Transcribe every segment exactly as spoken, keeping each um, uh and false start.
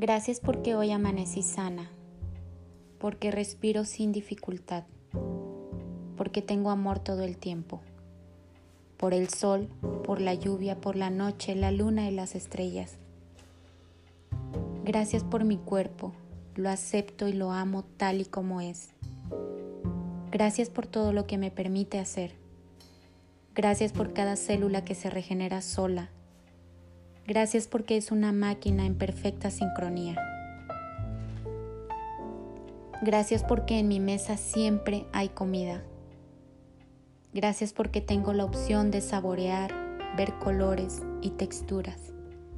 Gracias porque hoy amanecí sana, porque respiro sin dificultad, porque tengo amor todo el tiempo, por el sol, por la lluvia, por la noche, la luna y las estrellas. Gracias por mi cuerpo, lo acepto y lo amo tal y como es. Gracias por todo lo que me permite hacer. Gracias por cada célula que se regenera sola. Gracias porque es una máquina en perfecta sincronía. Gracias porque en mi mesa siempre hay comida. Gracias porque tengo la opción de saborear, ver colores y texturas.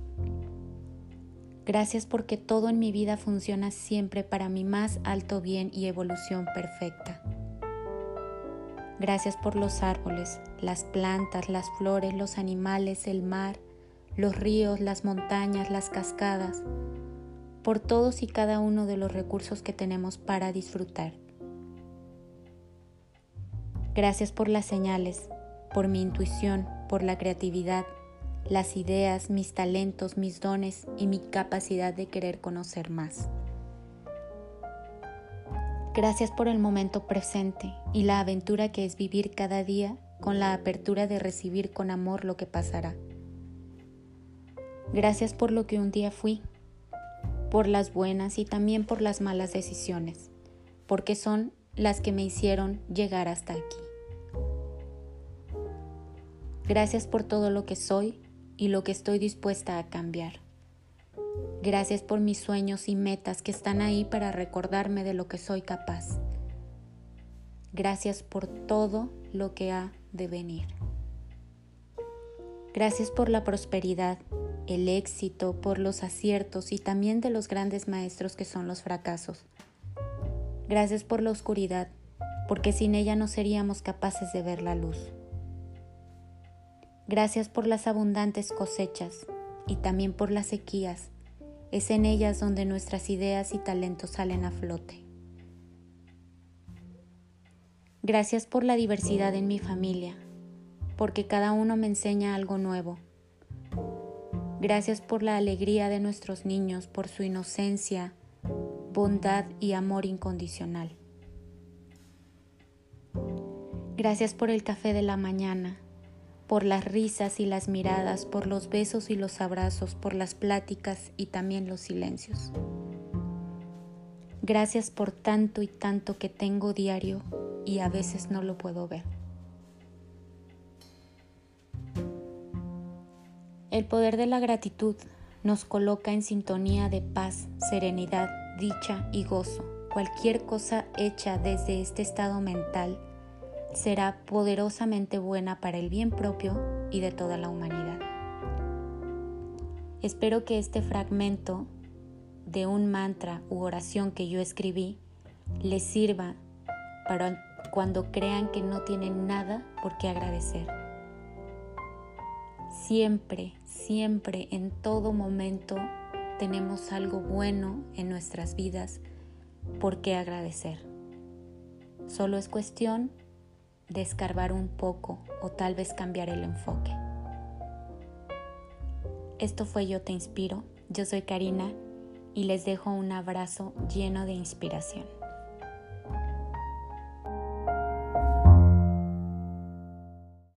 Gracias porque todo en mi vida funciona siempre para mi más alto bien y evolución perfecta. Gracias por los árboles, las plantas, las flores, los animales, el mar, los ríos, las montañas, las cascadas, por todos y cada uno de los recursos que tenemos para disfrutar. Gracias por las señales, por mi intuición, por la creatividad, las ideas, mis talentos, mis dones y mi capacidad de querer conocer más. Gracias por el momento presente y la aventura que es vivir cada día con la apertura de recibir con amor lo que pasará. Gracias por lo que un día fui, por las buenas y también por las malas decisiones, porque son las que me hicieron llegar hasta aquí. Gracias por todo lo que soy y lo que estoy dispuesta a cambiar. Gracias por mis sueños y metas que están ahí para recordarme de lo que soy capaz. Gracias por todo lo que ha de venir. Gracias por la prosperidad, el éxito, por los aciertos y también de los grandes maestros que son los fracasos. Gracias por la oscuridad, porque sin ella no seríamos capaces de ver la luz. Gracias por las abundantes cosechas y también por las sequías. Es en ellas donde nuestras ideas y talentos salen a flote. Gracias por la diversidad en mi familia, porque cada uno me enseña algo nuevo. Gracias por la alegría de nuestros niños, por su inocencia, bondad y amor incondicional. Gracias por el café de la mañana, por las risas y las miradas, por los besos y los abrazos, por las pláticas y también los silencios. Gracias por tanto y tanto que tengo diario y a veces no lo puedo ver. El poder de la gratitud nos coloca en sintonía de paz, serenidad, dicha y gozo. Cualquier cosa hecha desde este estado mental será poderosamente buena para el bien propio y de toda la humanidad. Espero que este fragmento de un mantra u oración que yo escribí les sirva para cuando crean que no tienen nada por qué agradecer. Siempre, siempre, en todo momento tenemos algo bueno en nuestras vidas por qué agradecer. Solo es cuestión de escarbar un poco o tal vez cambiar el enfoque. Esto fue Yo Te Inspiro. Yo soy Karina y les dejo un abrazo lleno de inspiración.